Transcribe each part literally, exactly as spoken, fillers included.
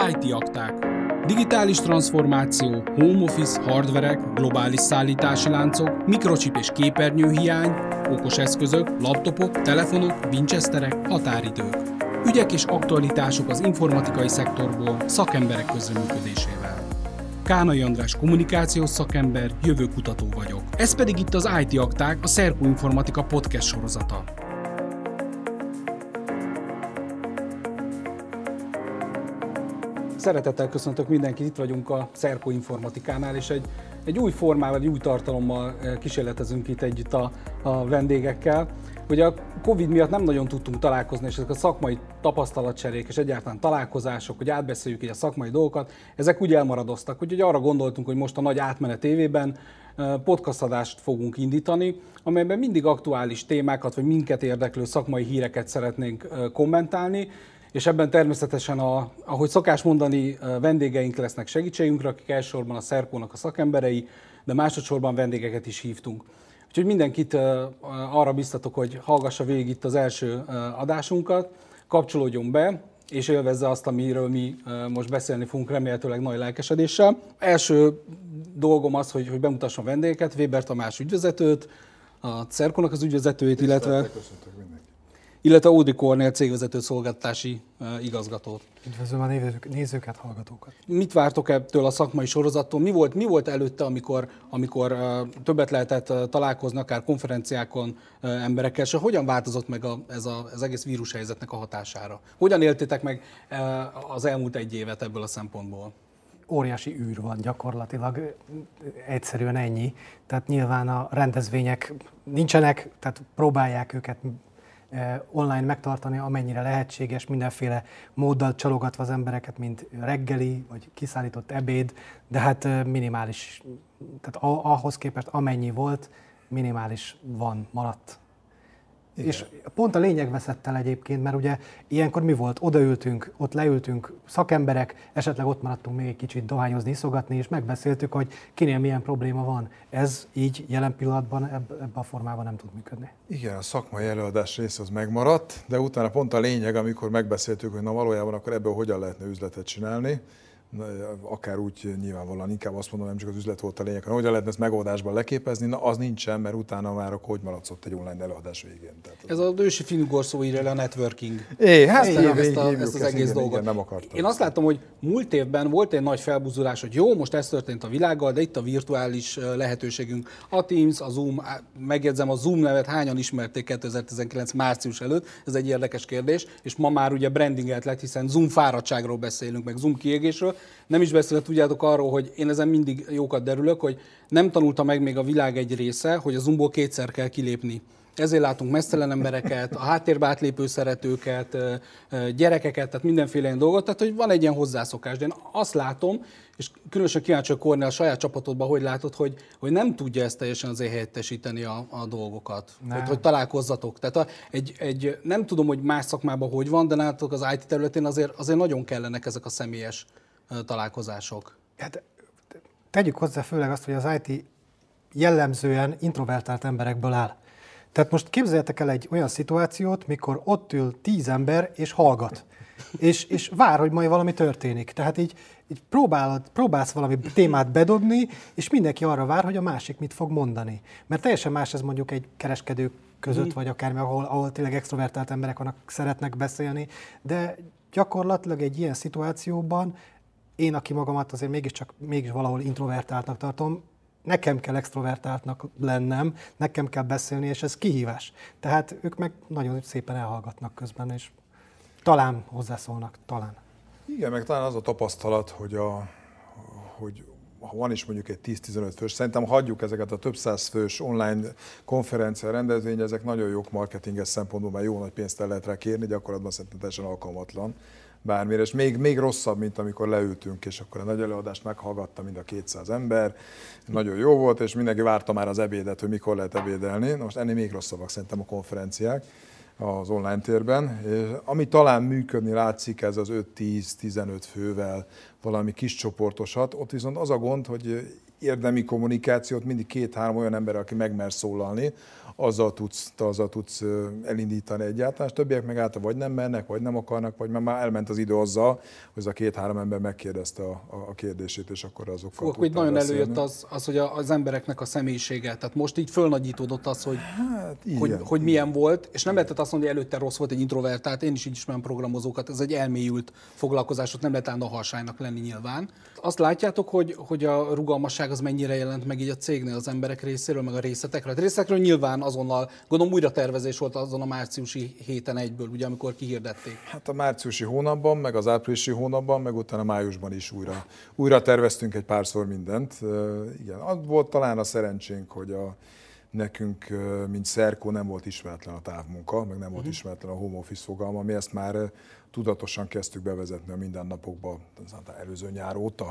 i té akták. Digitális transformáció, home office, hardverek, globális szállítási láncok, mikrochip és képernyőhiány, okos eszközök, laptopok, telefonok, Winchesterek, határidők. Ügyek és aktualitások az informatikai szektorból szakemberek közreműködésével. Kánai András kommunikációs szakember, jövőkutató vagyok. Ez pedig itt az i té akták, a Szerko Informatika podcast sorozata. Szeretettel köszöntök mindenkit, itt vagyunk a Szerko Informatikánál, és egy, egy új formával, egy új tartalommal kísérletezünk itt együtt a, a vendégekkel. Ugye a Covid miatt nem nagyon tudtunk találkozni, és ezek a szakmai tapasztalatcserék és egyáltalán találkozások, hogy átbeszéljük így a szakmai dolgokat, ezek úgy elmaradoztak. Úgyhogy arra gondoltunk, hogy most a Nagy Átmenet évében podcast adást fogunk indítani, amelyben mindig aktuális témákat, vagy minket érdeklő szakmai híreket szeretnénk kommentálni, és ebben természetesen, a, ahogy szokás mondani, vendégeink lesznek segítségünkre, akik elsősorban a Szerkónak a szakemberei, de másodszorban vendégeket is hívtunk. Úgyhogy mindenkit arra biztatok, hogy hallgassa végig itt az első adásunkat, kapcsolódjon be, és élvezze azt, amiről mi most beszélni fogunk remélhetőleg nagy lelkesedéssel. Első dolgom az, hogy, hogy bemutassam a vendégeket, Weber Tamás ügyvezetőt, a Szerkónak az ügyvezetőjét, illetve... illetve Ódri Kornél cégvezető szolgáltatási uh, igazgatót. Üdvözlöm a nézők, nézőket, hallgatókat. Mit vártok ebből a szakmai sorozattól? Mi volt, mi volt előtte, amikor, amikor uh, többet lehetett uh, találkozni, akár konferenciákon uh, emberekkel, és hogyan változott meg a, ez a, az egész vírushelyzetnek a hatására? Hogyan éltétek meg uh, az elmúlt egy évet ebből a szempontból? Óriási űr van gyakorlatilag, egyszerűen ennyi. Tehát nyilván a rendezvények nincsenek, tehát próbálják őket online megtartani, amennyire lehetséges, mindenféle móddal csalogatva az embereket, mint reggeli, vagy kiszállított ebéd, de hát minimális, tehát ahhoz képest amennyi volt, minimális van, maradt. Igen. És pont a lényeg veszett el egyébként, mert ugye ilyenkor mi volt? Odaültünk, ott leültünk szakemberek, esetleg ott maradtunk még egy kicsit dohányozni, iszogatni, és megbeszéltük, hogy kinél milyen probléma van. Ez így jelen pillanatban ebben a formában nem tud működni. Igen, a szakmai előadás rész az megmaradt, de utána pont a lényeg, amikor megbeszéltük, hogy na valójában akkor ebből hogyan lehetne üzletet csinálni, akár úgy nyilvánvalóan, inkább azt mondom, nem csak az üzlet volt a lényeg, hanem hogyan lehetne ezt megoldásban leképezni, na az nincsen, mert utána már akkor hogy maradsz egy online előadás végén. Tehát ez az ősi finugor szó írja le a networking. É, hát ezt, hívjuk, ezt, a, hívjuk ezt az ezt, egész igen, dolgot. Igen, nem akartam. Én azt látom, hogy múlt évben volt egy nagy felbuzulás, hogy jó, most ez történt a világgal, de itt a virtuális lehetőségünk. A Teams, a Zoom, megjegyzem, a Zoom nevet hányan ismerték kétezer-tizenkilenc március előtt, ez egy érdekes kérdés, és ma már ugye brandingelt lett, hiszen Zoom fáradtságról beszélünk, meg Zoom kiégésről. Nem is beszélve tudjátok arról, hogy én ezen mindig jókat derülök, hogy nem tanulta meg még a világ egy része, hogy a Zoomból kétszer kell kilépni. Ezért látunk meztelen embereket, a háttérbe átlépő szeretőket, gyerekeket, tehát mindenféle ilyen dolgot, tehát hogy van egy ilyen hozzászokás. De én azt látom, és különösen kíváncsi a Kornél a saját csapatodban, hogy látod, hogy, hogy nem tudja ezt teljesen azért helyettesíteni a, a dolgokat, hogy, hogy találkozzatok. Tehát a, egy, egy, nem tudom, hogy más szakmában hogy van, de nálatok az i té területén azért, azért nagyon kellenek ezek a személyes találkozások. Hát, tegyük hozzá főleg azt, hogy az i té jellemzően introvertált emberekből áll. Tehát most képzeljétek el egy olyan szituációt, mikor ott ül tíz ember és hallgat, és, és vár, hogy majd valami történik. Tehát így, így próbálod, próbálsz valami témát bedobni, és mindenki arra vár, hogy a másik mit fog mondani. Mert teljesen más ez mondjuk egy kereskedő között, mm. vagy akármi, ahol, ahol tényleg extrovertált emberek vannak, szeretnek beszélni, de gyakorlatilag egy ilyen szituációban én, aki magamat azért mégiscsak mégis valahol introvertáltnak tartom, nekem kell extrovertáltnak lennem, nekem kell beszélni, és ez kihívás. Tehát ők meg nagyon szépen elhallgatnak közben, és talán hozzászólnak, talán. Igen, meg talán az a tapasztalat, hogy, a, hogy ha van is mondjuk egy tíz-tizenöt fős, szerintem hagyjuk ezeket a több száz fős online konferencia rendezvény, ezek nagyon jók marketinges szempontból, mert jó nagy pénzt el lehet rá kérni, gyakorlatban szerintem teljesen alkalmatlan bármire, és még, még rosszabb, mint amikor leültünk, és akkor a nagy előadást meghallgatta mind a kétszáz ember, nagyon jó volt, és mindenki várta már az ebédet, hogy mikor lehet ebédelni. Na most ennél még rosszabbak szerintem a konferenciák az online térben. És ami talán működni látszik, ez az öt-tíz-tizenöt fővel valami kis csoportosat, ott viszont az a gond, hogy érdemi kommunikációt mindig két-három olyan ember, aki megmer szólalni, azzal tudsz, te azzal tudsz elindítani egyáltalán, és többiek meg által vagy nem mennek, vagy nem akarnak, vagy már elment az idő azzal, hogy az a két-három ember megkérdezte a, a kérdését, és akkor azokkal Fú, nagyon beszélni. Előjött az, az, hogy az embereknek a személyisége. Tehát most így fölnagyítódott az, hogy, hát, hogy, hogy milyen volt, és nem lehetett azt mondani, hogy előtte rossz volt egy introvertált, én is így ismerem programozókat, ez egy elmélyült foglalkozás, ott nem lehet állandó harsálynak lenni nyilván. Azt látjátok, hogy, hogy a rugalmasság az mennyire jelent meg így a cégnél az emberek részéről, meg a részletekről. A részletekről nyilván azonnal, gondolom újra tervezés volt azon a márciusi héten egyből, ugye, amikor kihirdették. Hát a márciusi hónapban, meg az áprilisi hónapban, meg utána májusban is újra, újra terveztünk egy párszor mindent. Igen, az volt talán a szerencsénk, hogy a, nekünk, mint Szerko nem volt ismeretlen a távmunka, meg nem uh-huh. volt ismeretlen a home office fogalma. Mi ezt már tudatosan kezdtük bevezetni a mindennapokba az előző nyár óta.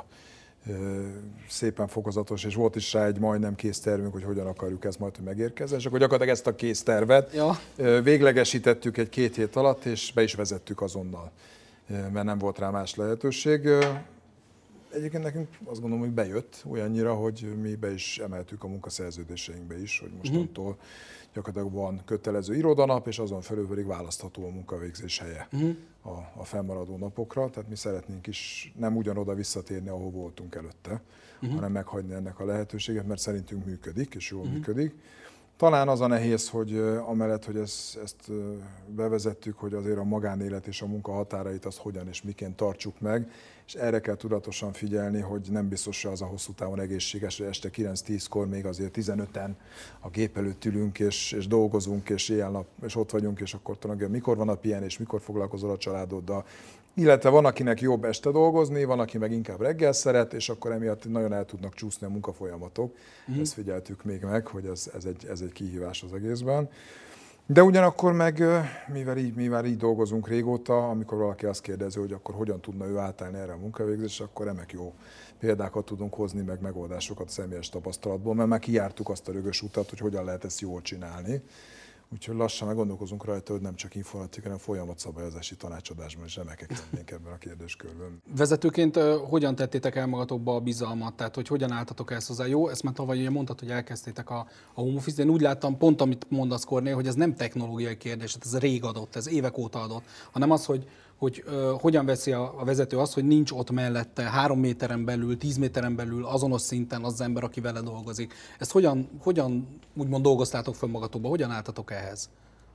Szépen fokozatos, és volt is rá egy majdnem kész tervünk, hogy hogyan akarjuk ezt majd, hogy megérkezzen. És akkor gyakorlatilag ezt a kész tervet ja. véglegesítettük egy két hét alatt, és be is vezettük azonnal, mert nem volt rá más lehetőség. Egyébként nekünk azt gondolom, hogy bejött olyannyira, hogy mi be is emeltük a munkaszerződéseinkbe is, hogy mostantól uh-huh. gyakorlatilag van kötelező irodanap, és azon felül pedig választható a munkavégzés helye uh-huh. a, a fennmaradó napokra. Tehát mi szeretnénk is nem ugyanoda visszatérni, ahol voltunk előtte, uh-huh. hanem meghagyni ennek a lehetőséget, mert szerintünk működik, és jól uh-huh. működik. Talán az a nehéz, hogy amellett, hogy ezt, ezt bevezettük, hogy azért a magánélet és a munka határait azt hogyan és miként tartsuk meg, és erre kell tudatosan figyelni, hogy nem biztos, hogy az a hosszú távon egészséges, hogy este kilenc-tízkor még azért tizenöten a gép előtt ülünk, és, és dolgozunk, és éjjel-nap, és ott vagyunk, és akkor talán mikor van a pihenés, mikor foglalkozol a családoddal. Illetve van, akinek jobb este dolgozni, van, aki meg inkább reggel szeret, és akkor emiatt nagyon el tudnak csúszni a munkafolyamatok. Mm. Ezt figyeltük még meg, hogy ez, ez, egy, ez egy kihívás az egészben. De ugyanakkor meg, mivel így, mivel így dolgozunk régóta, amikor valaki azt kérdezi, hogy akkor hogyan tudna ő átállni erre a munkavégzésre, akkor remek jó példákat tudunk hozni, meg megoldásokat a személyes tapasztalatból, mert már kijártuk azt a rögös utat, hogy hogyan lehet ezt jól csinálni. Úgyhogy lassan meggondolkozunk rajta, hogy nem csak informatika, hanem folyamatszabályozási tanácsadásban is remekek lennénk ebben a kérdéskörben. Vezetőként uh, hogyan tettétek el magatokba a bizalmat? Tehát, hogy hogyan álltatok ezt hozzá? Jó, ezt már tavaly ugye mondtad, hogy elkezdtétek a, a home office, de én úgy láttam, pont amit mondasz, Kornél, hogy ez nem technológiai kérdés, ez rég adott, ez évek óta adott, hanem az, hogy hogy uh, hogyan veszi a, a vezető azt, hogy nincs ott mellette három méteren belül, tíz méteren belül, azonos szinten az ember, aki vele dolgozik. Ezt hogyan, hogyan úgymond dolgoztátok föl magatokba, hogyan álltatok ehhez?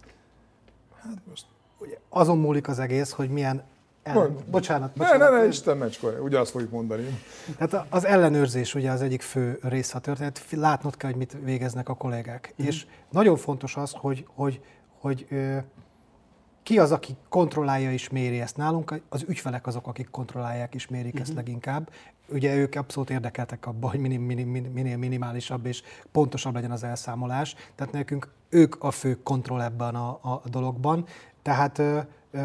Hát most ugye azon múlik az egész, hogy milyen... El... Bocsánat, bocsánat. Ne, ne, ne, Isten mecskor, ugyanazt fogjuk mondani. Tehát az ellenőrzés ugye az egyik fő része a történet. Látnod kell, hogy mit végeznek a kollégák. Mm. És nagyon fontos az, hogy, hogy, hogy ö, ki az, aki kontrollálja és méri ezt nálunk? Az ügyfelek azok, akik kontrollálják és mérik uh-huh. ezt leginkább. Ugye ők abszolút érdekeltek abban, hogy minél, minél, minél minimálisabb és pontosabb legyen az elszámolás. Tehát nekünk ők a fő kontroll ebben a, a dologban. Tehát ö, ö,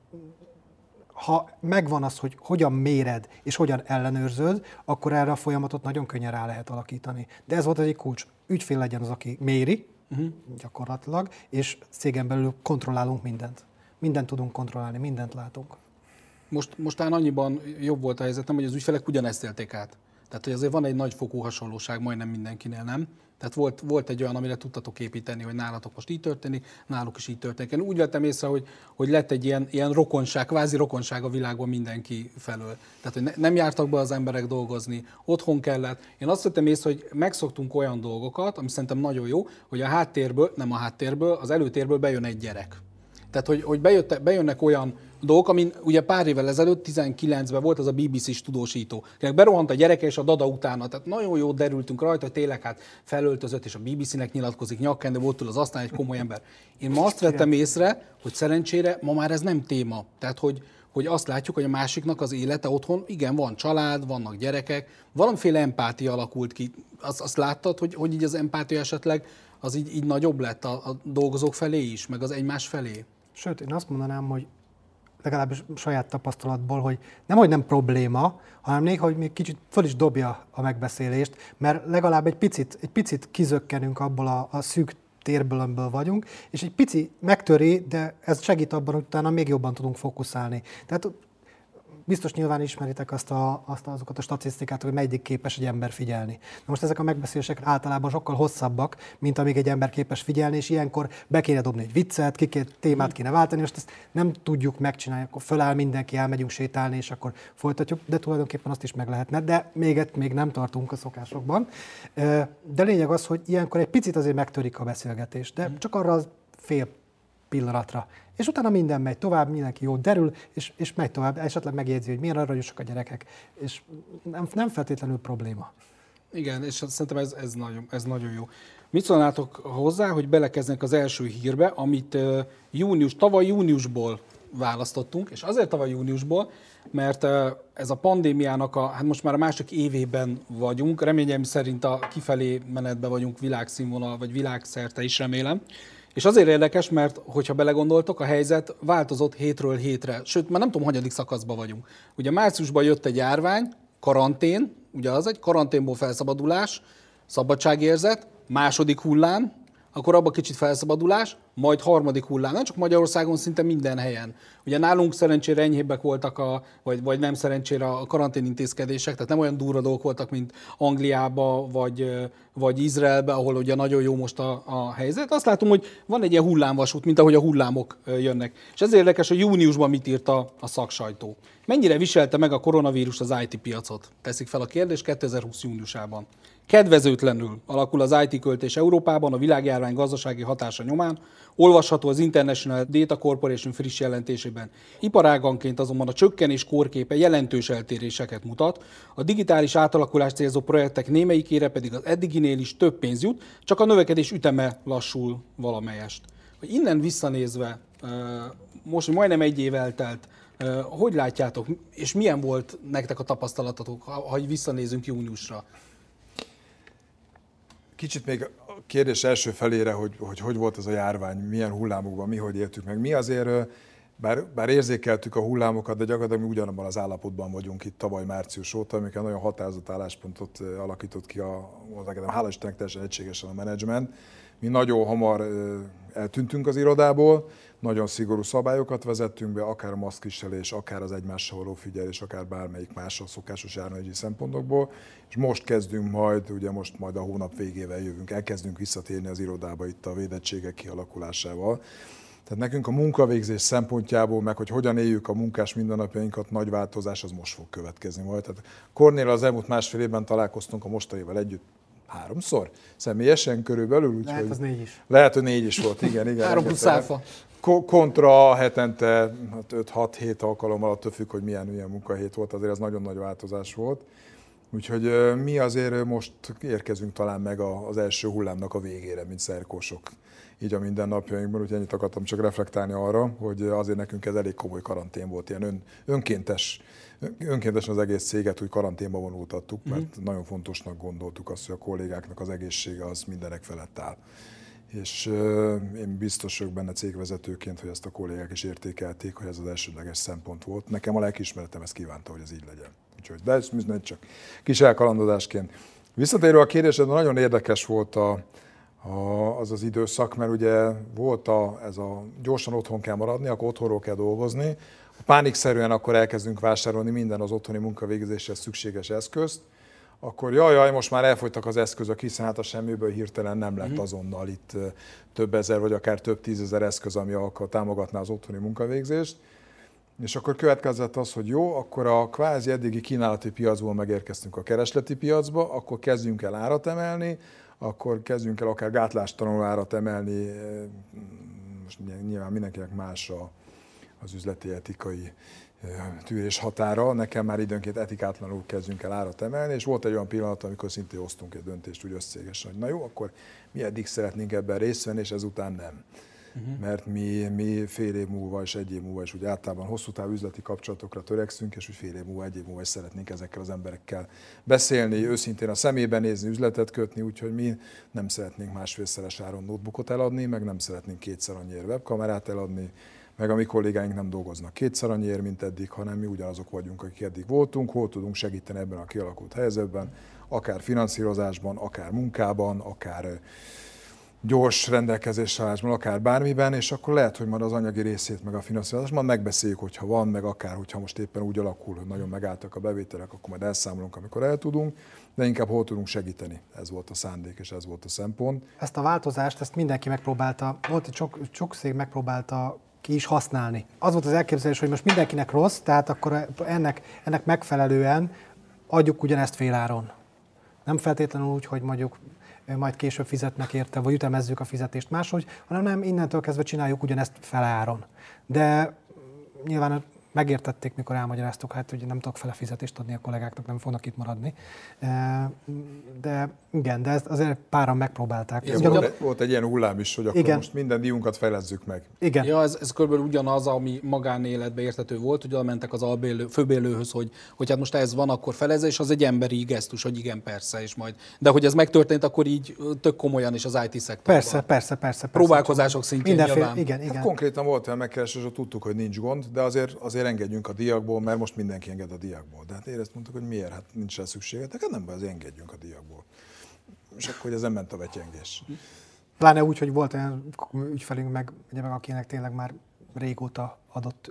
ha megvan az, hogy hogyan méred és hogyan ellenőrzöd, akkor erre a folyamatot nagyon könnyen rá lehet alakítani. De ez volt egy kulcs. Ügyfél legyen az, aki méri, Uh-huh. gyakorlatilag, és cégen belül kontrollálunk mindent. Mindent tudunk kontrollálni, mindent látunk. Most, most talán annyiban jobb volt a helyzetem, hogy az ügyfelek ugyanezt élték át. Tehát, hogy azért van egy nagyfokú hasonlóság majdnem mindenkinél, nem? Tehát volt, volt egy olyan, amire tudtatok építeni, hogy nálatok most így történik, náluk is így történik. Én úgy vettem észre, hogy, hogy lett egy ilyen, ilyen rokonság, kvázi rokonság a világban mindenki felől. Tehát, hogy ne, nem jártak be az emberek dolgozni, otthon kellett. Én azt vettem észre, hogy megszoktunk olyan dolgokat, ami szerintem nagyon jó, hogy a háttérből, nem a háttérből, az előtérből bejön egy gyerek. Tehát, hogy, hogy bejött, bejönnek olyan dolgok, amin ugye pár évvel ezelőtt, tizenkilencben volt az a bé bé cés tudósító, akinek berohant a gyereke és a dada utána. Tehát nagyon jó derültünk rajta, hogy tényleg hát felöltözött, és a bé bé cének nyilatkozik nyakkendő, volt ül az asztalán egy komoly ember. Én ma azt vettem észre, hogy szerencsére ma már ez nem téma. Tehát, hogy, hogy azt látjuk, hogy a másiknak az élete otthon, igen, van család, vannak gyerekek, valamiféle empátia alakult ki. Azt, azt láttad, hogy, hogy így az empátia esetleg az így, így nagyobb lett a, a dolgozók felé is, meg az egymás felé? Sőt, én azt mondanám, hogy legalábbis saját tapasztalatból, hogy nem, hogy nem probléma, hanem néha, hogy még kicsit föl is dobja a megbeszélést, mert legalább egy picit, egy picit kizökkenünk abból a, a szűk térből, amiből vagyunk, és egy pici megtöri, de ez segít abban, hogy utána még jobban tudunk fókuszálni. Tehát biztos nyilván ismeritek azt a, azt azokat a statisztikát, hogy melyik képes egy ember figyelni. Na most ezek a megbeszélések általában sokkal hosszabbak, mint amíg egy ember képes figyelni, és ilyenkor be kéne dobni egy viccet, kikét témát kéne váltani, most ezt nem tudjuk megcsinálni, akkor föláll mindenki, elmegyünk sétálni, és akkor folytatjuk, de tulajdonképpen azt is meg lehetne, de még, még nem tartunk a szokásokban. De lényeg az, hogy ilyenkor egy picit azért megtörik a beszélgetés, de csak arra az fél pillanatra. És utána minden megy tovább, mindenki jól derül, és, és megy tovább, esetleg megjegyzi, hogy milyen aranyosak a gyerekek, és nem, nem feltétlenül probléma. Igen, és szerintem ez, ez, nagyon, ez nagyon jó. Mit szólnátok hozzá, hogy belekezdenek az első hírbe, amit uh, június, tavaly júniusból választottunk, és azért tavaly júniusból, mert uh, ez a pandémiának a, hát most már a másik évében vagyunk, reményem szerint a kifelé menetben vagyunk világszínvonal, vagy világszerte is remélem. És azért érdekes, mert hogyha belegondoltok, a helyzet változott hétről hétre, sőt, már nem tudom, hanyadik szakaszban vagyunk. Ugye márciusban jött egy járvány, karantén, ugye az egy karanténból felszabadulás, szabadságérzet, második hullám, akkor abban kicsit felszabadulás, majd harmadik hullám, nem csak Magyarországon, szinte minden helyen. Ugye nálunk szerencsére enyhébbek voltak, a, vagy, vagy nem szerencsére a karanténintézkedések, tehát nem olyan durva dolgok voltak, mint Angliába, vagy, vagy Izraelbe, ahol ugye nagyon jó most a, a helyzet. Azt látom, hogy van egy ilyen hullámvasút, mint ahogy a hullámok jönnek. És ez érdekes, hogy júniusban mit írt a, a szaksajtó. Mennyire viselte meg a koronavírus az i té piacot? Teszik fel a kérdést kétezer-húsz júniusában. Kedvezőtlenül alakul az i té költés Európában a világjárvány gazdasági hatása nyomán, olvasható az International Data Corporation friss jelentésében. Iparáganként azonban a csökkenés kórképe jelentős eltéréseket mutat, a digitális átalakulást célzó projektek némelyikére pedig az eddiginél is több pénz jut, csak a növekedés üteme lassul valamelyest. Innen visszanézve, most majdnem egy év eltelt, hogy látjátok, és milyen volt nektek a tapasztalatotok, ha visszanézünk júniusra? Kicsit még a kérdés első felére, hogy, hogy hogy volt ez a járvány, milyen hullámokban, mi hogy éltük meg. Mi azért, bár, bár érzékeltük a hullámokat, de gyakorlatilag mi ugyanabban az állapotban vagyunk itt tavaly március óta, amikor nagyon határozott álláspontot alakított ki a, az egyetem. Hála Istennek teljesen egységesen a menedzsment. Mi nagyon hamar eltűntünk az irodából, nagyon szigorú szabályokat vezettünk be, akár a maszkviselés, akár az egymással való figyelés, akár bármelyik mással szokásos járványügyi szempontokból. És most kezdünk majd, ugye most majd a hónap végével jövünk, elkezdünk visszatérni az irodába itt a védettségek kialakulásával. Tehát nekünk a munkavégzés szempontjából, meg hogy hogyan éljük a munkás mindennapjainkat, nagy változás az most fog következni majd. Tehát Kornél az elmúlt másfél évben találkoztunk a mostanival együtt háromszor, személyesen körülbelül. Úgy, lehet, hogy az négy is. Lehet, hogy négy is volt, igen. igen Három plusz áfa. Kontra hetente öt-hat-hét alkalommal, attól függ, hogy milyen, milyen munkahét volt, azért ez nagyon nagy változás volt. Úgyhogy mi azért most érkezünk talán meg az első hullámnak a végére, mint szerkósok, így a mindennapjainkban, úgyhogy ennyit akartam csak reflektálni arra, hogy azért nekünk ez elég komoly karantén volt, ilyen ön, önkéntes, önkéntesen az egész céget úgy karanténba vonultattuk, mert mm-hmm. nagyon fontosnak gondoltuk azt, hogy a kollégáknak az egészsége az mindenek felett áll. És uh, én biztos vagyok benne cégvezetőként, hogy ezt a kollégák is értékelték, hogy ez az elsődleges szempont volt. Nekem a lelkiismeretem ezt kívánta, hogy ez így legyen. Úgyhogy, de ez csak kis elkalandozásként. Visszatérve a kérdésre, nagyon érdekes volt a, a, az az időszak, mert ugye volt a, ez a gyorsan otthon kell maradni, akkor otthonról kell dolgozni. Pánikszerűen akkor elkezdünk vásárolni minden az otthoni munkavégzéshez szükséges eszközt, akkor jaj, jaj, most már elfogytak az eszközök, hiszen hát a semmiből hirtelen nem lett azonnal itt több ezer, vagy akár több tízezer eszköz, ami támogatná az otthoni munkavégzést. És akkor következett az, hogy jó, akkor a kvázi eddigi kínálati piacból megérkeztünk a keresleti piacba, akkor kezdjünk el árat emelni, akkor kezdjünk el akár gátlástalanul árat emelni, most nyilván mindenkinek más a, az üzleti etikai tűrés határa, nekem már időnként etikátlanul kezdjünk el árat emelni, és volt egy olyan pillanat, amikor szintén hoztunk egy döntést úgy összegesen, hogy na jó, akkor mi eddig szeretnénk ebben részt venni, és ezután nem. Uh-huh. Mert mi, mi fél év múlva és egy év múlva is úgy általában hosszú távú üzleti kapcsolatokra törekszünk, és úgy fél év múlva, egy év múlva is szeretnénk ezekkel az emberekkel beszélni, őszintén a szemébe nézni, üzletet kötni, úgyhogy mi nem szeretnénk másfélszeres áron notebookot eladni, meg nem szeretnénk kétszer annyiért webkamerát eladni, meg a mi kollégáink nem dolgoznak kétszer annyiért, mint eddig, hanem mi ugyanazok vagyunk, akik eddig voltunk, hol tudunk segíteni ebben a kialakult helyzetben, akár finanszírozásban, akár munkában, akár gyors rendelkezésre állásban, akár bármiben, és akkor lehet, hogy majd az anyagi részét, meg a finanszírozást majd megbeszéljük, hogyha van, meg akár, hogyha most éppen úgy alakul, hogy nagyon megálltak a bevételek, akkor majd elszámolunk, amikor el tudunk, de inkább hol tudunk segíteni. Ez volt a szándék, és ez volt a szempont. Ezt a változást, ezt mindenki megpróbálta, volt egy sok, sok cég megpróbálta ki is használni. Az volt az elképzelés, hogy most mindenkinek rossz, tehát akkor ennek, ennek megfelelően adjuk ugyanezt féláron. Nem feltétlenül úgy, hogy mondjuk majd később fizetnek érte, vagy ütemezzük a fizetést máshogy, hanem nem, innentől kezdve csináljuk ugyanezt feláron. De nyilván megértették, mikor elmagyaráztuk, hát hogy nem tudok fele fizetést adni a kollégáknak, nem fognak itt maradni. De igen, de ezt azért páran megpróbálták. Igen, volt, egy, volt egy ilyen hullám is, hogy akkor igen. most minden díjunkat fejlezzük meg. Igen. Ja, ez, ez körülbelül ugyanaz, ami magánéletben érthető volt, hogy oda mentek az albélő, főbélőhöz, hogy, hogy hát most ez van, akkor felezze, és az egy emberi gesztus, hogy igen, persze, és majd. De hogy ez megtörtént, akkor így tök komolyan is az í té szektorban. Persze, persze, persze. Próbálkozások szintjén mindenféle, igen, igen. Hát konkrétan volt olyan megkeresés, hogy tudtuk, hogy nincs gond, de azért, azért engedjünk a díjakból, mert most mindenki enged a díjakból. De hát én ezt mondtuk, hogy miért, hát nincs rá szükségetek, hát nem baj, az engedjünk a díjakból. És akkor ez nem ment a vetyengés. Pláne úgy, hogy volt olyan ügyfelünk meg, ugye meg akinek tényleg már régóta adott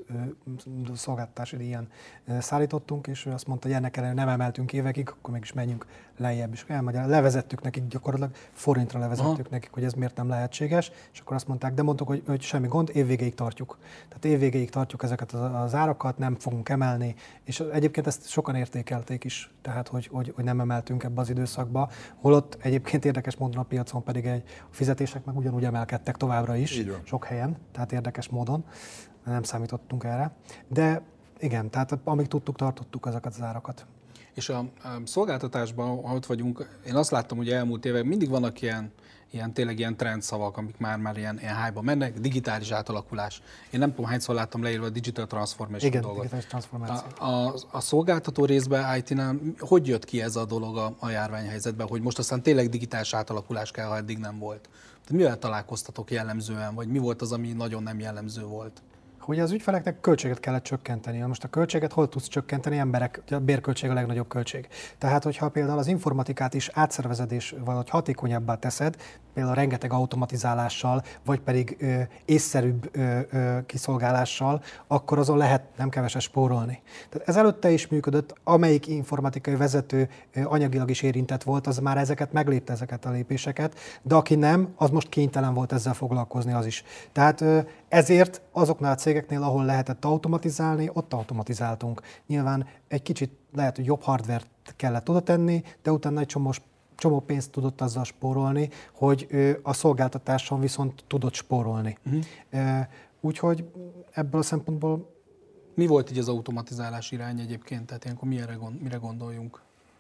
ö, szolgáltatási díjan ö, szállítottunk, és ő azt mondta, hogy ennek ellenére nem emeltünk évekig, akkor mégis menjünk lejjebb. És elmagyar, levezettük nekik gyakorlatilag, forintra levezettük Aha. nekik, hogy ez miért nem lehetséges, és akkor azt mondták, de mondtuk, hogy, hogy semmi gond, évvégéig tartjuk. Tehát évvégéig tartjuk ezeket az, az árakat, nem fogunk emelni, és egyébként ezt sokan értékelték is, tehát hogy, hogy, hogy nem emeltünk ebbe az időszakba, holott egyébként érdekes módon a piacon pedig egy, a fizetések meg ugyanúgy emelkedtek továbbra is, sok helyen, tehát érdekes módon. Nem számítottunk erre, de igen, tehát amíg tudtuk, tartottuk ezeket az árakat. És a, a szolgáltatásban, ha ott vagyunk, én azt láttam, hogy elmúlt évek mindig vannak ilyen, ilyen tényleg ilyen trendszavak, amik már, már ilyen, ilyen hype-ba mennek, digitális átalakulás. Én nem tudom, hányszor láttam leírva a digital transformation igen, dolgot. digitális transformáció. A, a, a szolgáltató részben í té-nál hogy jött ki ez a dolog a, a járványhelyzetben, hogy most aztán tényleg digitális átalakulás kell, ha eddig nem volt? Tehát mivel találkoztatok jellemzően, vagy mi volt az, ami nagyon nem jellemző volt? Hogy az ügyfeleknek költséget kellett csökkenteni. Most a költséget hol tudsz csökkenteni? Emberek, a bérköltség a legnagyobb költség. Tehát, hogyha például az informatikát is átszervezed és valahogy hatékonyabbá teszed, például rengeteg automatizálással, vagy pedig ö, észszerűbb ö, ö, kiszolgálással, akkor azon lehet nem keveset spórolni. Tehát ez előtte is működött, amelyik informatikai vezető ö, anyagilag is érintett volt, az már ezeket meglépte, ezeket a lépéseket, de aki nem, az most kénytelen volt ezzel foglalkozni az is. Tehát ö, ezért azoknál a cégeknél, ahol lehetett automatizálni, ott automatizáltunk. Nyilván egy kicsit lehet, hogy jobb hardvert kellett oda tenni, de utána egy csomó, csomó pénzt tudott azzal spórolni, hogy a szolgáltatáson viszont tudott spórolni. Uh-huh. Úgyhogy ebből a szempontból... Mi volt így az automatizálás irány egyébként? Tehát ilyenkor mire, mire gondoljunk?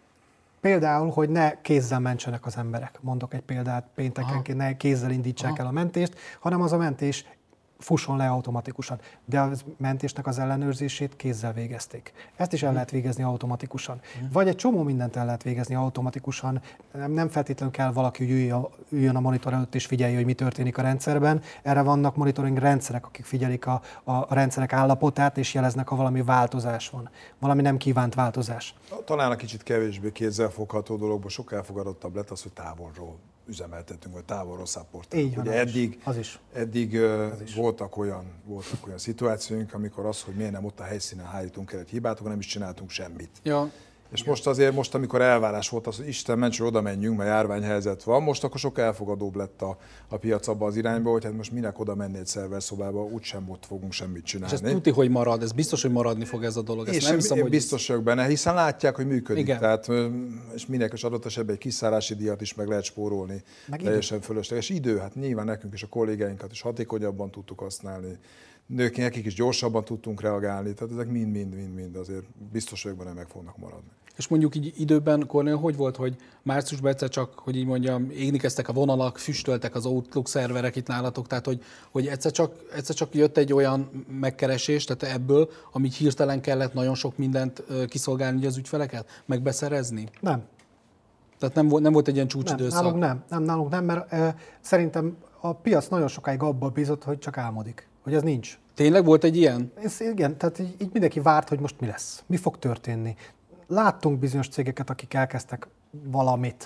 Például, hogy ne kézzel mentsenek az emberek. Mondok egy példát, péntekenként ne kézzel indítsák Aha. el a mentést, hanem az a mentés fusson le automatikusan. De a mentésnek az ellenőrzését kézzel végezték. Ezt is el lehet végezni automatikusan. Vagy egy csomó mindent el lehet végezni automatikusan. Nem feltétlenül kell valaki, hogy üljön a monitor előtt és figyelje, hogy mi történik a rendszerben. Erre vannak monitoring rendszerek, akik figyelik a, a rendszerek állapotát, és jeleznek, ha valami változás van. Valami nem kívánt változás. Talán a kicsit kevésbé kézzelfogható dologban sok elfogadottabb lett az, hogy távolról üzemeltetünk, vagy távolról szapportálunk. Ugye eddig, az is. eddig az is. Voltak, olyan, voltak olyan szituációink, amikor az, hogy miért nem ott a helyszínen hárítunk el egy hibát, akkor nem is csináltunk semmit. Ja. És igen. most azért, most amikor elvárás volt az, hogy Isten ments, hogy oda menjünk, mert járványhelyzet van, most akkor sokkal elfogadóbb lett a, a piac abba az irányba, hogy hát most minek oda menni egy szerverszobába, úgysem ott fogunk semmit csinálni. És ez tuti, hogy marad, ez biztos, hogy maradni fog ez a dolog. Ezt és nem hiszem, én hogy biztos vagyok benne, hiszen látják, hogy működik. Igen. Tehát, és minek is adott esetben egy kiszállási díjat is meg lehet spórolni. Meg teljesen fölösleges idő, hát nyilván nekünk és a kollégáinkat is hatékonyabban tudtuk használni. Nők, nekik is gyorsabban tudtunk reagálni, tehát ezek mind-mind-mind azért biztos vagyok benne, meg fognak maradni. És mondjuk így időben, Kornél, hogy volt, hogy márciusban egyszer csak, hogy így mondjam, égni kezdtek a vonalak, füstöltek az Outlook szerverek itt nálatok, tehát hogy, hogy egyszer, csak, egyszer csak jött egy olyan megkeresés, tehát ebből, amit hirtelen kellett nagyon sok mindent kiszolgálni az ügyfeleket, megbeszerezni? Nem. Tehát nem volt, nem volt egy ilyen csúcsidőszak? Nem, nálunk nem, nem, nálunk nem, mert e, szerintem a piac nagyon sokáig abban bízott, hogy csak álmodik, hogy ez nincs. Tényleg volt egy ilyen? Ez, igen, tehát így, így mindenki várt, hogy most mi lesz, mi fog történni. Láttunk bizonyos cégeket, akik elkezdtek valamit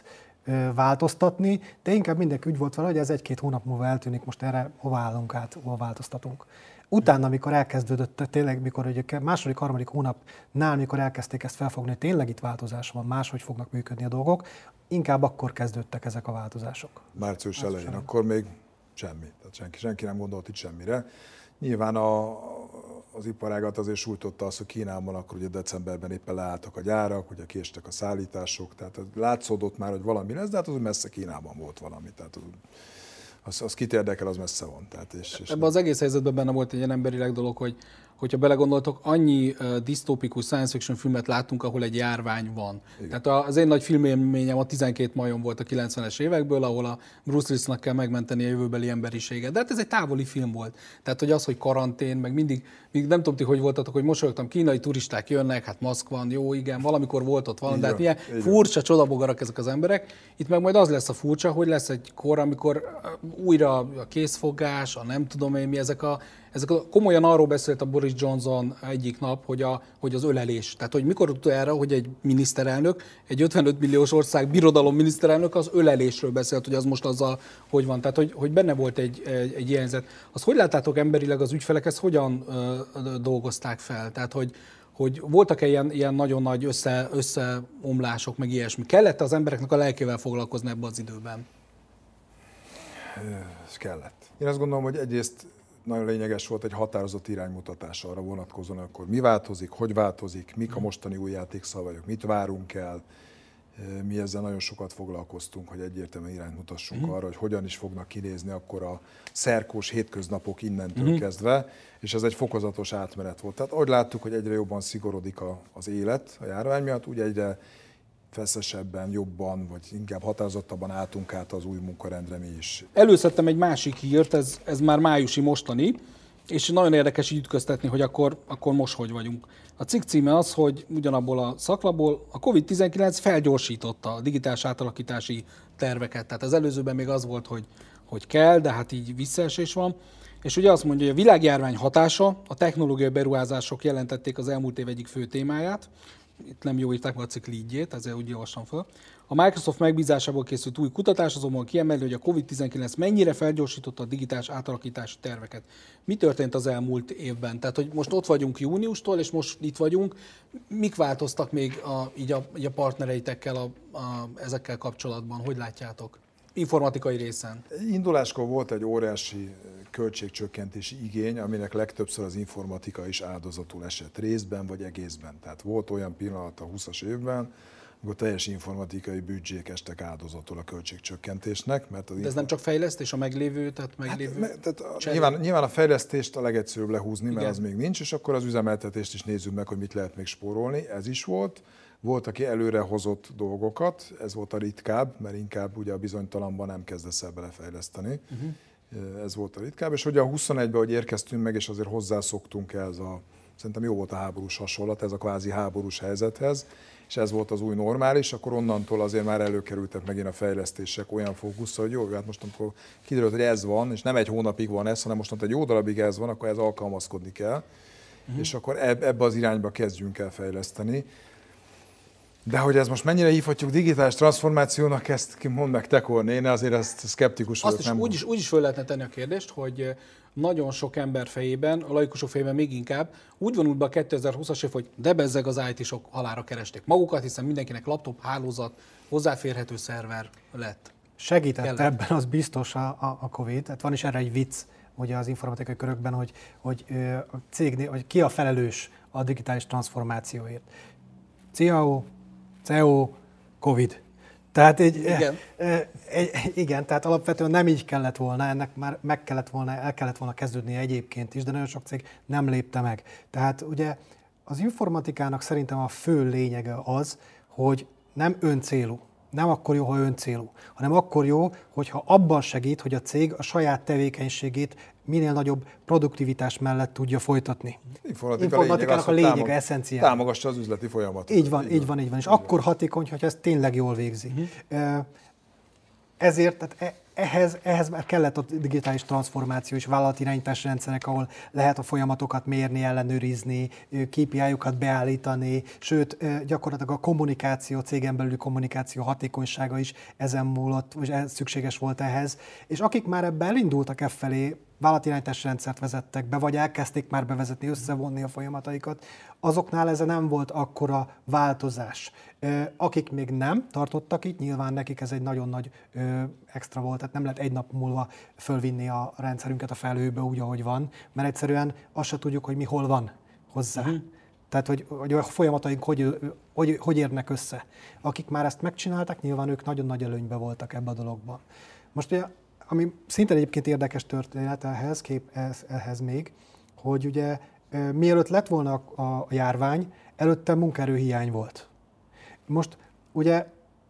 változtatni, de inkább mindenki úgy volt vele, hogy ez egy-két hónap múlva eltűnik, most erre hova állunk át, hova változtatunk. Utána, amikor elkezdődött, tényleg, mikor ugye második, harmadik hónapnál, mikor elkezdték ezt felfogni, hogy tényleg itt változás van, máshogy fognak működni a dolgok, inkább akkor kezdődtek ezek a változások. Március elején, akkor még semmi. Tehát senki, senki nem gondolt itt semmire. Nyilván a, az iparágat azért sújtotta az, hogy Kínában akkor ugye decemberben éppen leálltak a gyárak, ugye késtek a szállítások, tehát látszódott már, hogy valami lesz, de hát az messze Kínában volt valami. Tehát az, az kit érdekel, az messze van. Tehát és, és ebben az egész helyzetben benne volt egy ilyen emberileg dolog, hogy hogyha belegondoltok, annyi uh, disztópikus science fiction filmet láttunk, ahol egy járvány van. Igen. Tehát az én nagy filmélményem a tizenkét majom volt a kilencvenes évekből, ahol a Bruce Willisnak kell megmenteni a jövőbeli emberiséget. De hát ez egy távoli film volt. Tehát, hogy az, hogy karantén, meg mindig, még nem tudom ti, hogy voltatok, hogy mosolyogtam, kínai turisták jönnek, hát maszk van, jó, igen, valamikor volt ott valami, de hát milyen furcsa csodabogarak ezek az emberek. Itt meg majd az lesz a furcsa, hogy lesz egy kor, amikor újra a készfogás, a nem tudom én mi, ezek a Ezek a, komolyan arról beszélt a Boris Johnson egyik nap, hogy, a, hogy az ölelés. Tehát, hogy mikor utoljára, hogy egy miniszterelnök, egy ötvenöt milliós ország birodalom miniszterelnök az ölelésről beszélt, hogy az most azzal, hogy van. Tehát, hogy, hogy benne volt egy, egy, egy ilyen helyzet. Azt hogy láttátok emberileg az ügyfelek, ezt hogyan ö, ö, dolgozták fel? Tehát, hogy, hogy voltak-e ilyen, ilyen nagyon nagy össze, összeomlások, meg ilyesmi? Kellett az embereknek a lelkével foglalkozni ebben az időben? Ez kellett. Én azt gondolom, hogy egyrészt nagyon lényeges volt egy határozott iránymutatás arra vonatkozóan, akkor mi változik, hogy változik, mik a mostani új játékszabályok, mit várunk el. Mi ezzel nagyon sokat foglalkoztunk, hogy egyértelműen irányt mutassunk uh-huh. arra, hogy hogyan is fognak kinézni akkor a szerkós hétköznapok innentől uh-huh. kezdve, és ez egy fokozatos átmenet volt. Tehát ahogy láttuk, hogy egyre jobban szigorodik a, az élet a járvány miatt, úgy egyre feszesebben, jobban, vagy inkább határozottabban álltunk át az új munkarendre mi is. Előszedtem egy másik hírt, ez, ez már májusi mostani, és nagyon érdekes így ütköztetni, hogy akkor, akkor most hogy vagyunk. A cikk címe az, hogy ugyanabból a szaklapból a kovid tizenkilenc felgyorsította a digitális átalakítási terveket. Tehát az előzőben még az volt, hogy, hogy kell, de hát így visszaesés van. És ugye azt mondja, hogy a világjárvány hatása, a technológiai beruházások jelentették az elmúlt év egyik fő témáját. Itt nem jó írták meg a cikk leadjét, ezért úgy javaslom fel. A Microsoft megbízásából készült új kutatás azonban kiemeli, hogy a kovid tizenkilenc mennyire felgyorsította a digitális átalakítási terveket. Mi történt az elmúlt évben? Tehát, hogy most ott vagyunk júniustól, és most itt vagyunk. Mik változtak még a, így a, így a partnereitekkel a, a, ezekkel kapcsolatban? Hogy látjátok? Informatikai részen. Induláskor volt egy óriási költségcsökkentési igény, aminek legtöbbször az informatika is áldozatul esett részben vagy egészben. Tehát volt olyan pillanat a húszas évben, amikor teljes informatikai büdzsék estek áldozatul a költségcsökkentésnek. Mert az De ez nem csak fejlesztés, a meglévő, tehát meglévő... Hát, tehát nyilván, nyilván a fejlesztést a legegyszerűbb lehúzni, mert Igen. az még nincs, és akkor az üzemeltetést is nézzük meg, hogy mit lehet még spórolni. Ez is volt. Volt, aki előre hozott dolgokat, ez volt a ritkább, mert inkább ugye a bizonytalanban nem kezdesz el belefejleszteni. Uh-huh. Ez volt a ritkább, és ugye a huszonegyben, hogy érkeztünk meg, és azért hozzászoktunk ez a, szerintem jó volt a háborús hasonlat, ez a kvázi háborús helyzethez, és ez volt az új normális, akkor onnantól azért már előkerültek megint a fejlesztések olyan fókuszra, hogy jó, hát most amikor kiderült, hogy ez van, és nem egy hónapig van ez, hanem most egy jó darabig ez van, akkor ez alkalmazkodni kell, uh-huh. és akkor ebbe az irányba kezdjünk el fejleszteni. De hogy ez most mennyire hívhatjuk digitális transformációnak, ezt mondd meg te, Korné, én azért ezt szkeptikus vagyok. Azt is úgy, is úgy is föl lehetne tenni a kérdést, hogy nagyon sok ember fejében, a laikusok fejében még inkább úgy vonult be a kétezer-húszas év, hogy de bezzeg az í té-sok halálra keresték magukat, hiszen mindenkinek laptop, hálózat, hozzáférhető szerver lett. Segített Kellett. Ebben az biztos a, a, a Covid, hát van is erre egy vicc, ugye az informatikai körökben, hogy, hogy a cégnél, hogy ki a felelős a digitális transformációért. cé á o, cé e o, Covid. Tehát így, igen. E, e, igen, tehát alapvetően nem így kellett volna, ennek már meg kellett volna, el kellett volna kezdődnie egyébként is, de nagyon sok cég nem lépte meg. Tehát ugye az informatikának szerintem a fő lényege az, hogy nem öncélú. Nem akkor jó, ha öncélú, hanem akkor jó, hogyha abban segít, hogy a cég a saját tevékenységét minél nagyobb produktivitás mellett tudja folytatni. Informatika Informatikának lényeg a lényege, eszenciális. Támogassa az üzleti folyamatot. Így van, így, így van, így van. És így akkor van. Hatékony, hogyha ezt tényleg jól végzi. Uh-huh. Ezért tehát ehhez, ehhez már kellett a digitális transformáció és vállalatirányítási rendszerek, ahol lehet a folyamatokat mérni, ellenőrizni, ká pé í-okat beállítani, sőt, gyakorlatilag a kommunikáció, cégen belüli kommunikáció hatékonysága is ezen múlott, vagy szükséges volt ehhez. És akik már ebbe elindultak e felé, vállalatirányítási rendszert vezettek be, vagy elkezdték már bevezetni, összevonni a folyamataikat, azoknál ez nem volt akkora változás. Akik még nem tartottak itt, nyilván nekik ez egy nagyon nagy ö, extra volt, tehát nem lehet egy nap múlva fölvinni a rendszerünket a felhőbe úgy, ahogy van, mert egyszerűen azt se tudjuk, hogy mi hol van hozzá. Uh-huh. Tehát, hogy, hogy a folyamataink hogy, hogy, hogy érnek össze. Akik már ezt megcsináltak, nyilván ők nagyon nagy előnyben voltak ebben a dologban. Most ugye, ami szintén egyébként érdekes történet ehhez, kép, ehhez, ehhez még, hogy ugye mielőtt lett volna a, a járvány, előtte munkaerőhiány volt. Most ugye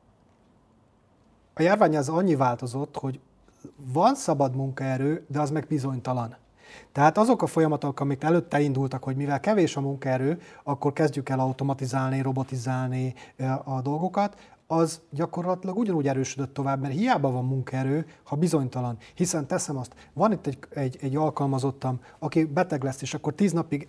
a járvány az annyi változott, hogy van szabad munkaerő, de az meg bizonytalan. Tehát azok a folyamatok, amik előtte indultak, hogy mivel kevés a munkaerő, akkor kezdjük el automatizálni, robotizálni a dolgokat, az gyakorlatilag ugyanúgy erősödött tovább, mert hiába van munkaerő, ha bizonytalan. Hiszen teszem azt, van itt egy, egy, egy alkalmazottam, aki beteg lesz, és akkor tíz napig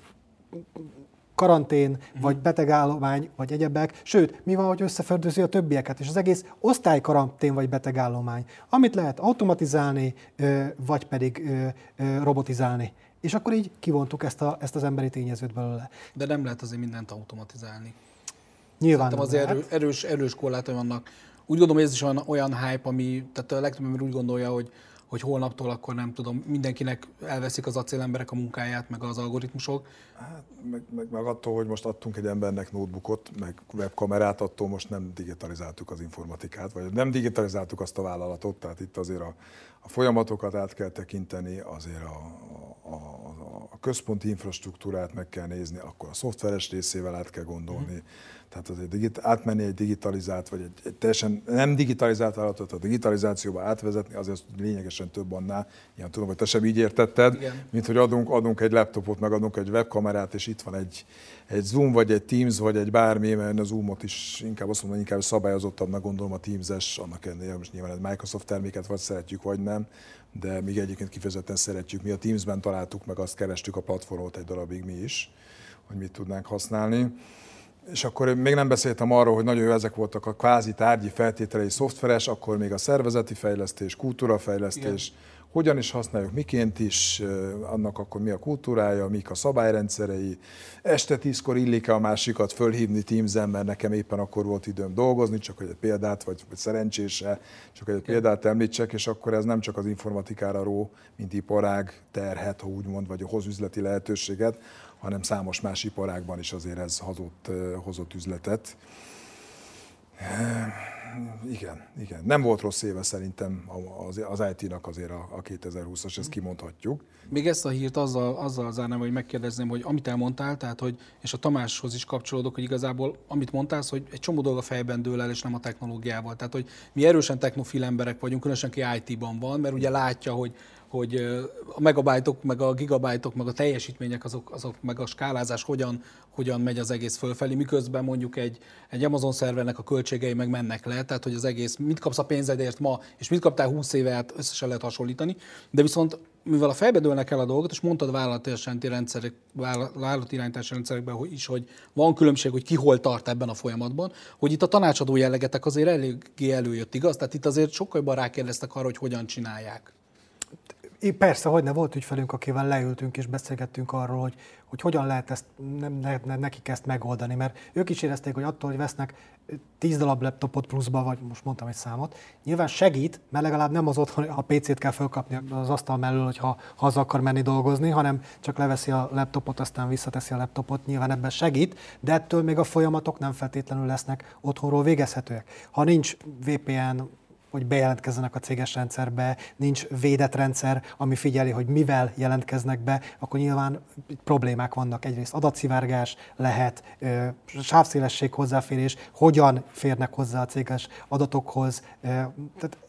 karantén, uh-huh. vagy betegállomány, vagy egyebek. Sőt, mi van, hogy összeferdőzi a többieket, és az egész osztály karantén vagy betegállomány, amit lehet automatizálni, vagy pedig robotizálni. És akkor így kivontuk ezt, a, ezt az emberi tényezőt belőle. De nem lehet azért mindent automatizálni. Nyilván nem azért erő, erős, erős korlátai vannak. Úgy gondolom, hogy ez is olyan, olyan hype, ami, tehát a legtöbb ember úgy gondolja, hogy, hogy holnaptól akkor nem tudom, mindenkinek elveszik az acélemberek a munkáját, meg az algoritmusok. Hát, meg, meg, meg attól, hogy most adtunk egy embernek notebookot, meg webkamerát, attól most nem digitalizáltuk az informatikát, vagy nem digitalizáltuk azt a vállalatot, tehát itt azért a, a folyamatokat át kell tekinteni, azért a, a, a, a központi infrastruktúrát meg kell nézni, akkor a szoftveres részével át kell gondolni. Mm. Tehát azért digit, átmenni egy digitalizált, vagy egy, egy teljesen nem digitalizált vállalatot a digitalizációba átvezetni, azért lényegesen több annál. Ilyen tudom, hogy te sem így értetted, igen. Mint hogy adunk, adunk egy laptopot, meg adunk egy webkamerát, és itt van egy, egy Zoom, vagy egy Teams, vagy egy bármi, mert a Zoomot is inkább azt mondom, inkább szabályozottabbnak gondolom a Teams-es, annak ellenére most nyilván egy Microsoft terméket vagy szeretjük, vagy nem, de még egyébként kifejezetten szeretjük. Mi a Teams-ben találtuk, meg azt kerestük a platformot egy darabig mi is, hogy mit tudnánk használni. És akkor még nem beszéltem arról, hogy nagyon jó ezek voltak a kvázi tárgyi feltételei szoftveres, akkor még a szervezeti fejlesztés, kultúrafejlesztés, igen. Hogyan is használjuk, miként is, annak akkor mi a kultúrája, mik a szabályrendszerei. Este tízkor illik-e a másikat fölhívni Teams-en, mert nekem éppen akkor volt időm dolgozni, csak hogy egy példát, vagy, vagy szerencsése, csak hogy egy igen. példát említsek, és akkor ez nem csak az informatikára ró, mint iparág terhet, ha úgy mond, vagy hoz üzleti lehetőséget, hanem számos más iparágban is azért ez hozott, hozott üzletet. Igen, igen. Nem volt rossz éve szerintem az, az í té-nak azért a, a kétezer-húszas, ezt kimondhatjuk. Még ezt a hírt azzal, azzal zárnám, hogy megkérdezném, hogy amit elmondtál, tehát, hogy, és a Tamáshoz is kapcsolódok, hogy igazából amit mondtál, hogy egy csomó dolog a fejben dől el, és nem a technológiával. Tehát, hogy mi erősen technofil emberek vagyunk, különösen aki í té-ban van, mert ugye látja, hogy hogy a megabájtok, meg a gigabájtok, meg a teljesítmények, azok, azok meg a skálázás hogyan, hogyan megy az egész fölfelé, miközben mondjuk egy, egy Amazon szervernek a költségei meg mennek le, tehát hogy az egész, mit kapsz a pénzedért ma, és mit kaptál húsz éve át, összesen lehet hasonlítani, de viszont mivel a fejbe dőlnek el a dolgot, és mondtad vállalatirányítási rendszerek, vállalatirányítási rendszerekben is, hogy van különbség, hogy ki hol tart ebben a folyamatban, hogy itt a tanácsadó jellegetek azért eléggé előjött, igaz? Tehát itt azért sokkal jobban rákérdeztek arra, hogy hogyan csinálják. É, persze, hogy ne volt ügyfelünk, akivel leültünk és beszélgettünk arról, hogy, hogy hogyan lehet ezt, nem, ne, ne, nekik ezt megoldani, mert ők is érezték, hogy attól, hogy vesznek tíz darab laptopot pluszba, vagy most mondtam egy számot, nyilván segít, mert legalább nem az otthon a pé cét kell fölkapni az asztal mellől, hogyha haza akar menni dolgozni, hanem csak leveszi a laptopot, aztán visszateszi a laptopot, nyilván ebben segít, de ettől még a folyamatok nem feltétlenül lesznek otthonról végezhetőek. Ha nincs vé pé en, hogy bejelentkezzenek a céges rendszerbe, nincs védett rendszer, ami figyeli, hogy mivel jelentkeznek be, akkor nyilván problémák vannak. Egyrészt adatszivárgás lehet, sávszélesség hozzáférés, hogyan férnek hozzá a céges adatokhoz. Tehát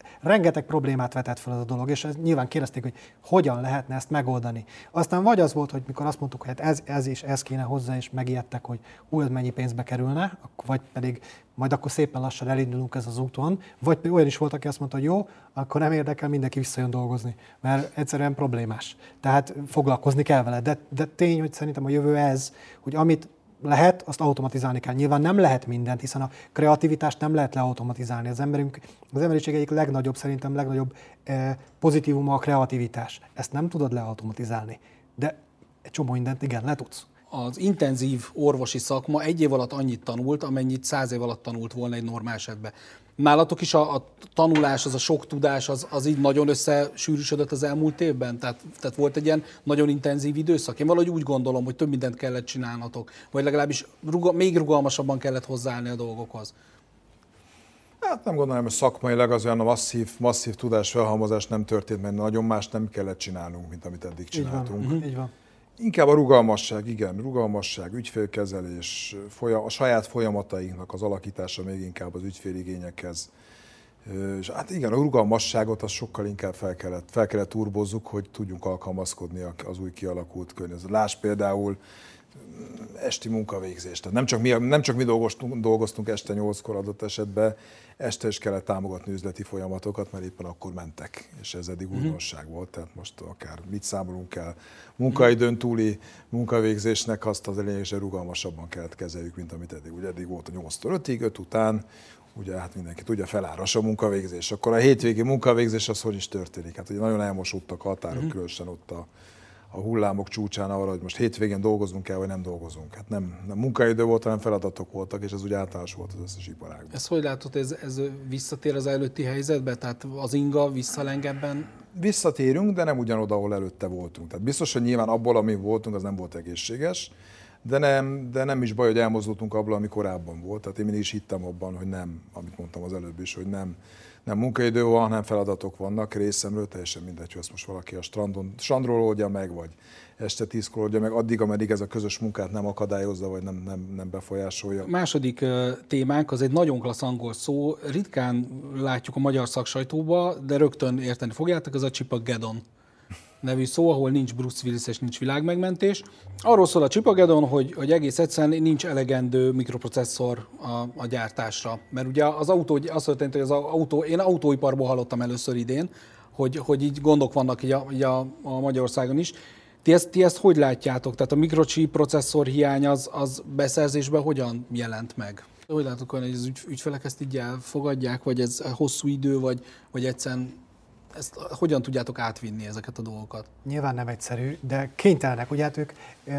rengeteg problémát vetett fel ez a dolog, és ez nyilván kérdezték, hogy hogyan lehetne ezt megoldani. Aztán vagy az volt, hogy mikor azt mondtuk, hogy hát ez, ez és ez kéne hozzá, és megijedtek, hogy hú, ez mennyi pénzbe kerülne, vagy pedig majd akkor szépen lassan elindulunk ez az úton, vagy olyan is volt, aki azt mondta, hogy jó, akkor nem érdekel, mindenki visszajön dolgozni, mert egyszerűen problémás. Tehát foglalkozni kell vele. De, de tény, hogy szerintem a jövő ez, hogy amit lehet, azt automatizálni kell. Nyilván nem lehet mindent, hiszen a kreativitást nem lehet leautomatizálni. Az emberünk, az emberiség egyik legnagyobb, szerintem legnagyobb eh, pozitívuma a kreativitás. Ezt nem tudod leautomatizálni, de egy csomó mindent igen, le tudsz. Az intenzív orvosi szakma egy év alatt annyit tanult, amennyit száz év alatt tanult volna egy normál esetben. Nálatok is a, a tanulás, az a sok tudás, az, az így nagyon összesűrűsödött az elmúlt évben? Tehát, tehát volt egy ilyen nagyon intenzív időszak? Én valahogy úgy gondolom, hogy több mindent kellett csinálnatok, vagy legalábbis ruga, még rugalmasabban kellett hozzáállni a dolgokhoz. Hát nem gondolom, hogy szakmailag az olyan masszív, masszív tudásfelhalmozás nem történt, mert nagyon más nem kellett csinálnunk, mint amit eddig csináltunk. Így van. Így van. Inkább a rugalmasság, igen, rugalmasság, ügyfélkezelés, a saját folyamatainknak az alakítása még inkább az ügyféligényekhez. És hát igen, a rugalmasságot az sokkal inkább fel kellett, fel kellett turbozzuk, hogy tudjunk alkalmazkodni az új kialakult környezetre. Lásd például esti munkavégzést. Tehát nem csak mi, nem csak mi dolgoztunk, dolgoztunk este nyolckor adott esetben, este is kellett támogatni üzleti folyamatokat, mert éppen akkor mentek, és ez eddig újdonság volt, tehát most akár mit számolunk el munkaidőn túli munkavégzésnek, azt az lényegesen rugalmasabban kellett kezeljük, mint amit eddig. Ugye eddig volt a nyolctól ötig, öt után, ugye hát mindenki tudja, feláras a munkavégzés. Akkor a hétvégi munkavégzés az hogy is történik? Hát ugye nagyon elmosódtak a határok, uh-huh. különösen ott a a hullámok csúcsán arra, hogy most hétvégén dolgozunk kell, vagy nem dolgozunk. Hát nem, nem munkaidő volt, hanem feladatok voltak, és ez ugye általános volt az összes iparágban. Ez hogy látod, ez, ez visszatér az előtti helyzetbe? Tehát az inga visszalengebben? Visszatérünk, de nem ugyanoda, ahol előtte voltunk. Tehát biztos, hogy nyilván abból, ami voltunk, az nem volt egészséges, de nem, de nem is baj, hogy elmozdultunk abból, ami korábban volt. Tehát én mindig is hittem abban, hogy nem, amit mondtam az előbb is, hogy nem, nem munkaidő van, hanem feladatok vannak részemről, teljesen mindegy, hogy azt most valaki a strandon, strandról oldja meg, vagy este tízkor oldja meg, addig, ameddig ez a közös munkát nem akadályozza, vagy nem, nem, nem befolyásolja. A második uh, témánk az egy nagyon klassz angol szó, ritkán látjuk a magyar szaksajtóba, de rögtön érteni fogjátok, az a Chipagedon nevű szó, ahol nincs Bruce Willis és nincs világmegmentés. Arról szól a Chipagedon, hogy, hogy egész egyszerűen nincs elegendő mikroprocesszor a, a gyártásra. Mert ugye az autó, azt történt, hogy az autó, én autóiparból hallottam először idén, hogy, hogy így gondok vannak így a, így a, a Magyarországon is. Ti ezt, ti ezt hogy látjátok? Tehát a mikrochip processzor hiány az, az beszerzésben hogyan jelent meg? Hogy látok, hogy az ügy, ügyfelek ezt így elfogadják, vagy ez hosszú idő, vagy, vagy egyszerűen ezt hogyan tudjátok átvinni ezeket a dolgokat? Nyilván nem egyszerű, de kénytelenek. Ugye hát ők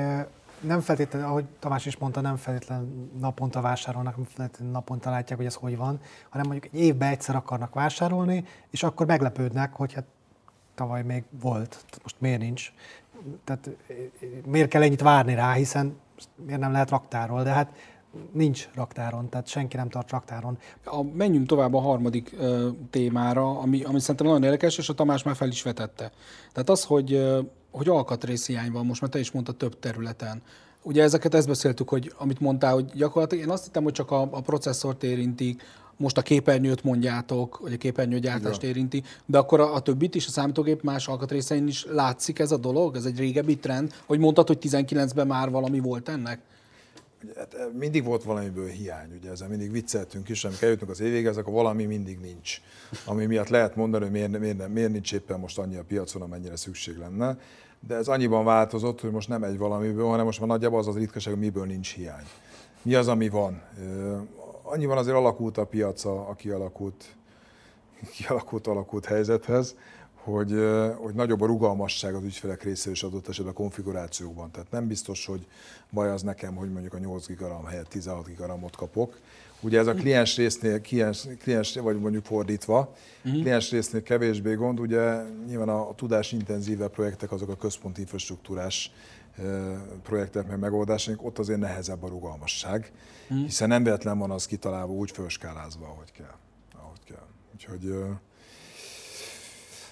nem feltétlenül, ahogy Tamás is mondta, nem feltétlenül naponta vásárolnak, nem feltétlenül naponta látják, hogy ez hogy van, hanem mondjuk egy évben egyszer akarnak vásárolni, és akkor meglepődnek, hogy hát tavaly még volt, most miért nincs. Tehát miért kell ennyit várni rá, hiszen miért nem lehet raktárról, de hát nincs raktáron, tehát senki nem tart raktáron. A, menjünk tovább a harmadik ö, témára, ami, ami szerintem nagyon érdekes, és a Tamás már fel is vetette. Tehát az, hogy, ö, hogy alkatrészhiány van, most már te is mondtad több területen. Ugye ezeket ezt beszéltük, hogy amit mondtál, hogy gyakorlatilag én azt hittem, hogy csak a, a processzort érintik, most a képernyőt mondjátok, hogy a képernyőgyártást érinti, de akkor a, a többit is, a számítógép más alkatrészein is látszik ez a dolog? Ez egy régebbi trend? Hogy mondtad, hogy tizenkilencben már valami volt ennek? Hát mindig volt valamiből hiány, ugye ezzel mindig vicceltünk is, amikor eljöttünk az évvéghez, akkor valami mindig nincs. Ami miatt lehet mondani, hogy miért, miért, miért nincs éppen most annyi a piacon, amennyire szükség lenne. De ez annyiban változott, hogy most nem egy valamiből, hanem most már nagyjából az az ritkaság, hogy miből nincs hiány. Mi az, ami van? Annyiban azért alakult a piac a kialakult, kialakult, alakult helyzethez, hogy, hogy nagyobb a rugalmasság az ügyfelek részéről is adott esetben a konfigurációkban. Tehát nem biztos, hogy baj az nekem, hogy mondjuk a nyolc giga RAM helyett tizenhat giga RAM-ot kapok. Ugye ez a kliens résznél, kliens, kliens, vagy mondjuk fordítva, uh-huh. kliens résznél kevésbé gond, ugye nyilván a, a tudásintenzívebb projektek azok a központi infrastruktúrás e, projektek meg megoldásaink, ott azért nehezebb a rugalmasság, uh-huh. hiszen nem véletlen van az kitalálva úgy fölskálázva, ahogy kell. Ahogy kell. Úgyhogy,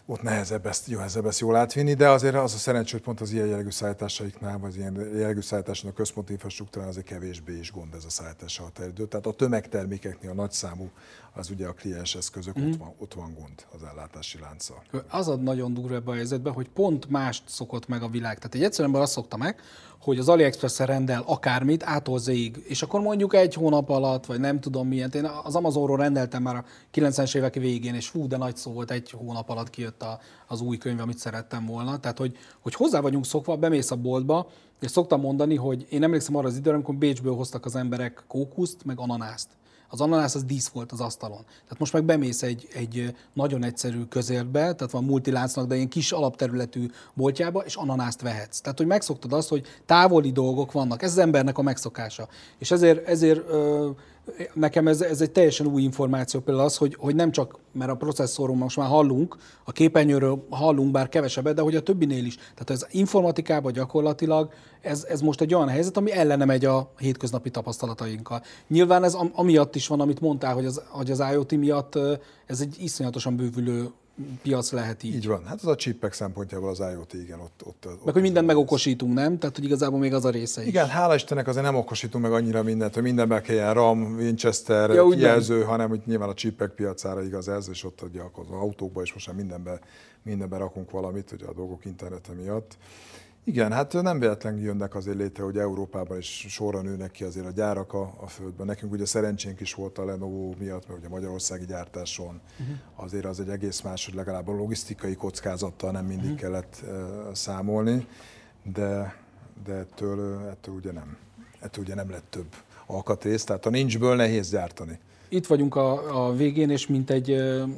ott nehezebb ezt, nehezebb ezt jól átvinni, de azért az a szerencsé, hogy pont az ilyen jellegű szállításaiknál, vagy ilyen jellegű szállításon a központi infrastruktúrán azért kevésbé is gond ez a szállítási határidő. Tehát a tömegtermékeknél a nagyszámú, az ugye a kliens eszközök, mm. ott, van, ott van gond az ellátási lánccal. Az ad nagyon durva ebbe a helyzetben, hogy pont mást szokott meg a világ. Tehát egy egyszerű ember azt szokta meg, hogy az AliExpress-en rendel akármit ától zéig, és akkor mondjuk egy hónap alatt, vagy nem tudom milyen. Én az Amazonról rendeltem már a kilencvenes évek végén, és fú, de nagy szó volt, egy hónap alatt kijött a, az új könyv, amit szerettem volna. Tehát, hogy, hogy hozzá vagyunk szokva, bemész a boltba, és szoktam mondani, hogy én emlékszem arra az időre, amikor Bécsből hoztak az emberek kókuszt, meg ananászt. Az ananász az dísz volt az asztalon. Tehát most meg bemész egy, egy nagyon egyszerű közértbe, tehát van multiláncnak, de ilyen kis alapterületű boltjába, és ananászt vehetsz. Tehát, hogy megszoktad azt, hogy távoli dolgok vannak. Ez az embernek a megszokása. És ezért, ezért ö, nekem ez, ez egy teljesen új információ például az, hogy, hogy nem csak, mert a processzoron most már hallunk, a képernyőről hallunk, bár kevesebbet, de hogy a többinél is. Tehát az informatikában gyakorlatilag ez, ez most egy olyan helyzet, ami ellene megy a hétköznapi tapasztalatainkkal. Nyilván ez amiatt is van, amit mondtál, hogy az, hogy az IoT miatt ez egy iszonyatosan bővülő piac lehet így. Így van. Hát az a chipek szempontjából az IoT, igen, ott... ott, ott meg hogy mindent megokosítunk, nem? Tehát, hogy igazából még az a része is. Igen, hála Istennek azért nem okosítunk meg annyira mindent, hogy mindenben kelljen RAM, Winchester, ja, kijelző, hanem hogy nyilván a chipek piacára igaz ez, és ott ugye az autókban is most már mindenben, mindenben rakunk valamit, ugye a dolgok internete miatt. Igen, hát nem véletlenül jönnek azért létre, hogy Európában is sorra nőnek ki azért a gyárak a, a földben. Nekünk ugye szerencsénk is volt a Lenovo miatt, mert ugye magyarországi gyártáson uh-huh. azért az egy egész más, hogy legalább a logisztikai kockázattal nem mindig uh-huh. kellett uh, számolni, de, de ettől, ettől, ugye nem, ettől ugye nem lett több alkatrész, tehát a nincsből nehéz gyártani. Itt vagyunk a, a végén, és mint egy,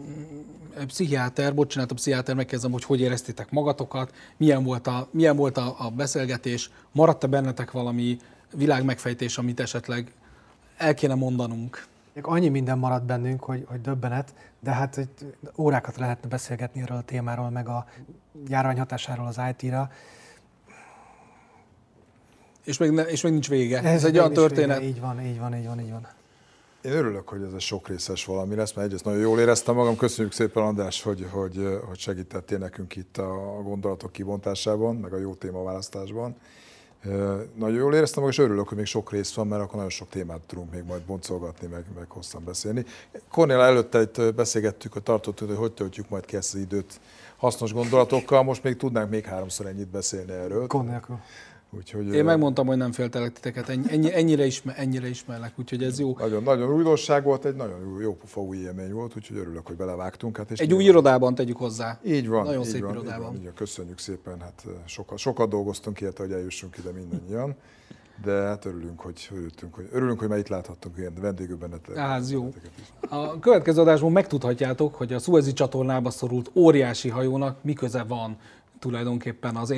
egy pszichiáter, bocsánat, a pszichiáter, megkezdem, hogy hogy éreztétek magatokat, milyen volt a, milyen volt a, a beszélgetés, maradt-e bennetek valami világmegfejtés, amit esetleg el kéne mondanunk? Annyi minden maradt bennünk, hogy, hogy döbbenet, de hát hogy órákat lehetne beszélgetni erről a témáról, meg a járvány hatásáról az í té-ra. És még, ne, és még nincs vége. Ez, Ez egy olyan történet. Vége. Így van, így van, így van, így van. Én örülök, hogy ez egy sok részes valami lesz, mert egyrészt nagyon jól éreztem magam. Köszönjük szépen, András, hogy, hogy, hogy segítettél nekünk itt a gondolatok kibontásában, meg a jó témaválasztásban. Nagyon jól éreztem magam, és örülök, hogy még sok rész van, mert akkor nagyon sok témát tudunk még majd boncolgatni, meg, meg hosszan beszélni. Kornél előtte itt beszélgettük, hogy tartottuk, hogy hogy töltjük majd ki ezt az időt hasznos gondolatokkal. Most még tudnánk még háromszor ennyit beszélni erről. Kornélkül. Úgyhogy, én megmondtam, hogy nem féltelek titeket, ennyi, ennyire, ismer, ennyire ismerlek, úgyhogy ez jó. Nagyon, nagyon újdonság volt, egy nagyon jó pofa új élmény volt, úgyhogy örülök, hogy belevágtunk. Hát és egy új irodában tegyük hozzá. Így van. Nagyon így szép van, irodában. Így van, így van. Köszönjük szépen, hát sokat, sokat dolgoztunk érte, hogy eljussunk ide mindannyian, de hát örülünk, hogy örültünk, hogy, örülünk, hogy már itt láthattunk ilyen vendégül benneteket. Á, ez jó. A következő adásban megtudhatjátok, hogy a Szuezi csatornába szorult óriási hajónak mi köze van tulajdonképpen az